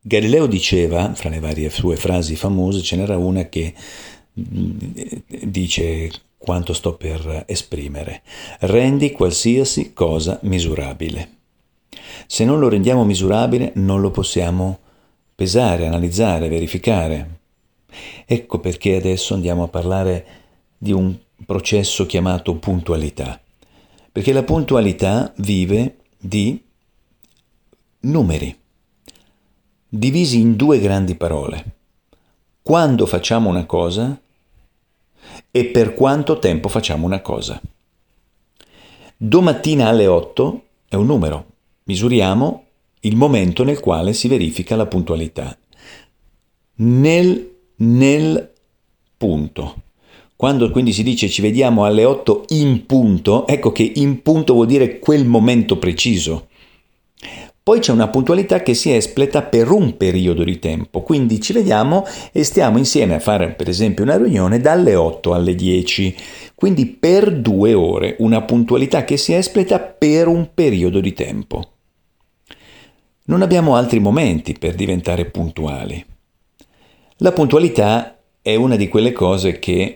Galileo diceva, fra le varie sue frasi famose, ce n'era una che dice quanto sto per esprimere: rendi qualsiasi cosa misurabile. Se non lo rendiamo misurabile, non lo possiamo pesare, analizzare, verificare. Ecco perché adesso andiamo a parlare di un processo chiamato puntualità. Perché la puntualità vive di numeri, divisi in due grandi parole: quando facciamo una cosa e per quanto tempo facciamo una cosa. Domattina alle 8 è un numero, misuriamo il momento nel quale si verifica la puntualità. Nel punto. Quando quindi si dice ci vediamo alle 8 in punto, ecco che in punto vuol dire quel momento preciso. Poi c'è una puntualità che si espleta per un periodo di tempo, quindi ci vediamo e stiamo insieme a fare per esempio una riunione dalle 8 alle 10, quindi per 2 ore, una puntualità che si espleta per un periodo di tempo. Non abbiamo altri momenti per diventare puntuali. La puntualità è una di quelle cose che,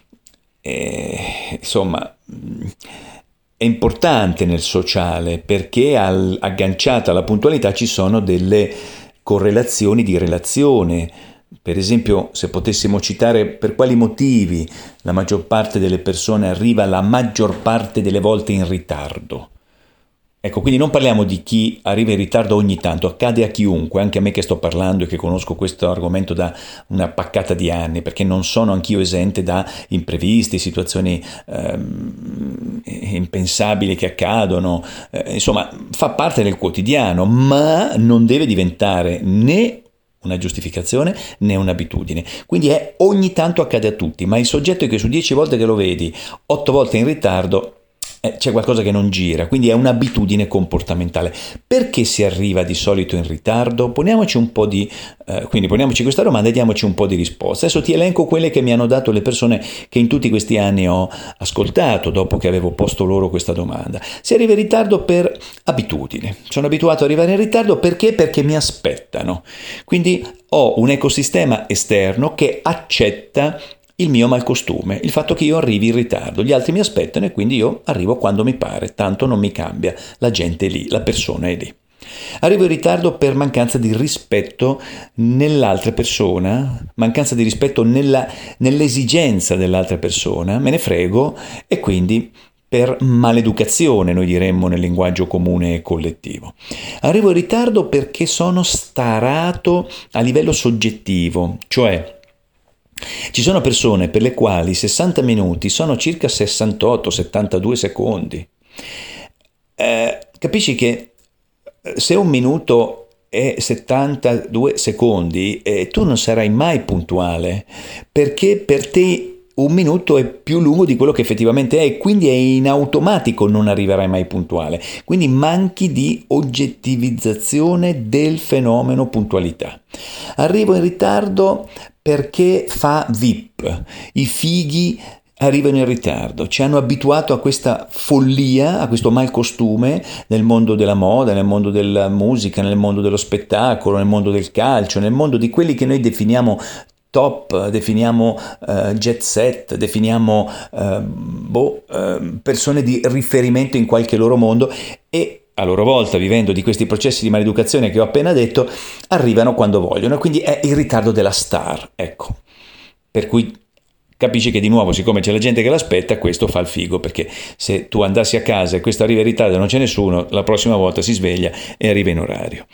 insomma, è importante nel sociale, perché agganciata alla puntualità ci sono delle correlazioni di relazione. Per esempio, se potessimo citare per quali motivi la maggior parte delle persone arriva la maggior parte delle volte in ritardo. Ecco, quindi non parliamo di chi arriva in ritardo ogni tanto, accade a chiunque, anche a me che sto parlando e che conosco questo argomento da una paccata di anni, perché non sono anch'io esente da imprevisti, situazioni impensabili che accadono, insomma, fa parte del quotidiano, ma non deve diventare né una giustificazione né un'abitudine. Quindi ogni tanto accade a tutti, ma il soggetto è che su 10 volte che lo vedi, 8 volte in ritardo, c'è qualcosa che non gira, quindi è un'abitudine comportamentale. Perché si arriva di solito in ritardo? Poniamoci questa domanda e diamoci un po' di risposta. Adesso ti elenco quelle che mi hanno dato le persone che in tutti questi anni ho ascoltato dopo che avevo posto loro questa domanda. Si arriva in ritardo per abitudine. Sono abituato ad arrivare in ritardo perché? Perché mi aspettano. Quindi ho un ecosistema esterno che accetta il mio malcostume, il fatto che io arrivi in ritardo, gli altri mi aspettano e quindi io arrivo quando mi pare, tanto non mi cambia, la gente è lì, la persona è lì. Arrivo in ritardo per mancanza di rispetto nell'altra persona, mancanza di rispetto nell'esigenza dell'altra persona, me ne frego, e quindi per maleducazione, noi diremmo nel linguaggio comune e collettivo. Arrivo in ritardo perché sono starato a livello soggettivo, cioè ci sono persone per le quali 60 minuti sono circa 68-72 secondi. Capisci che se un minuto è 72 secondi, tu non sarai mai puntuale, perché per te un minuto è più lungo di quello che effettivamente è, e quindi è in automatico non arriverai mai puntuale. Quindi manchi di oggettivizzazione del fenomeno puntualità. Arrivo in ritardo perché fa VIP. I fighi arrivano in ritardo, ci hanno abituato a questa follia, a questo malcostume nel mondo della moda, nel mondo della musica, nel mondo dello spettacolo, nel mondo del calcio, nel mondo di quelli che noi definiamo top, definiamo jet set, definiamo persone di riferimento in qualche loro mondo, e a loro volta, vivendo di questi processi di maleducazione che ho appena detto, arrivano quando vogliono, quindi è il ritardo della star, ecco. Per cui capisci che di nuovo, siccome c'è la gente che l'aspetta, questo fa il figo, perché se tu andassi a casa e questo arriva in ritardo e non c'è nessuno, la prossima volta si sveglia e arriva in orario.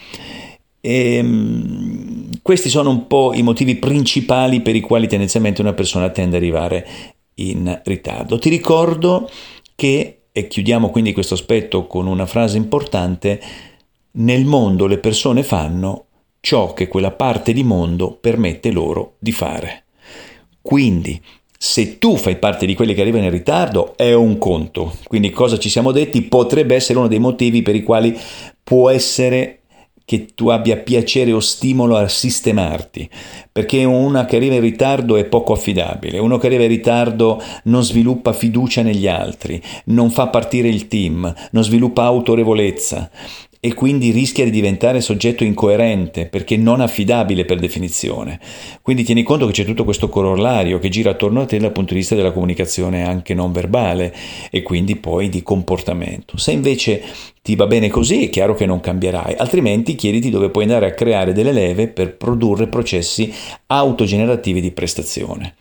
Questi sono un po' i motivi principali per i quali tendenzialmente una persona tende ad arrivare in ritardo. Ti ricordo che, e chiudiamo quindi questo aspetto con una frase importante: nel mondo le persone fanno ciò che quella parte di mondo permette loro di fare. Quindi se tu fai parte di quelli che arrivano in ritardo è un conto. Quindi cosa ci siamo detti? Potrebbe essere uno dei motivi per i quali può essere che tu abbia piacere o stimolo a sistemarti, perché una che arriva in ritardo è poco affidabile, uno che arriva in ritardo non sviluppa fiducia negli altri, non fa partire il team, non sviluppa autorevolezza, e quindi rischia di diventare soggetto incoerente perché non affidabile per definizione. Quindi tieni conto che c'è tutto questo corollario che gira attorno a te dal punto di vista della comunicazione anche non verbale e quindi poi di comportamento. Se invece ti va bene così, è chiaro che non cambierai, altrimenti chiediti dove puoi andare a creare delle leve per produrre processi autogenerativi di prestazione.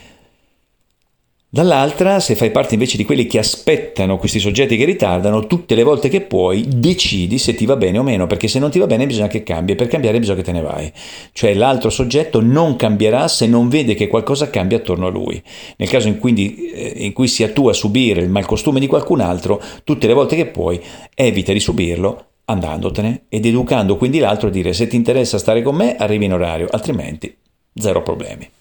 Dall'altra, se fai parte invece di quelli che aspettano questi soggetti che ritardano, tutte le volte che puoi decidi se ti va bene o meno, perché se non ti va bene bisogna che cambi, e per cambiare bisogna che te ne vai. Cioè l'altro soggetto non cambierà se non vede che qualcosa cambia attorno a lui. Nel caso in cui sia tu a subire il malcostume di qualcun altro, tutte le volte che puoi evita di subirlo andandotene ed educando quindi l'altro a dire: se ti interessa stare con me arrivi in orario, altrimenti zero problemi.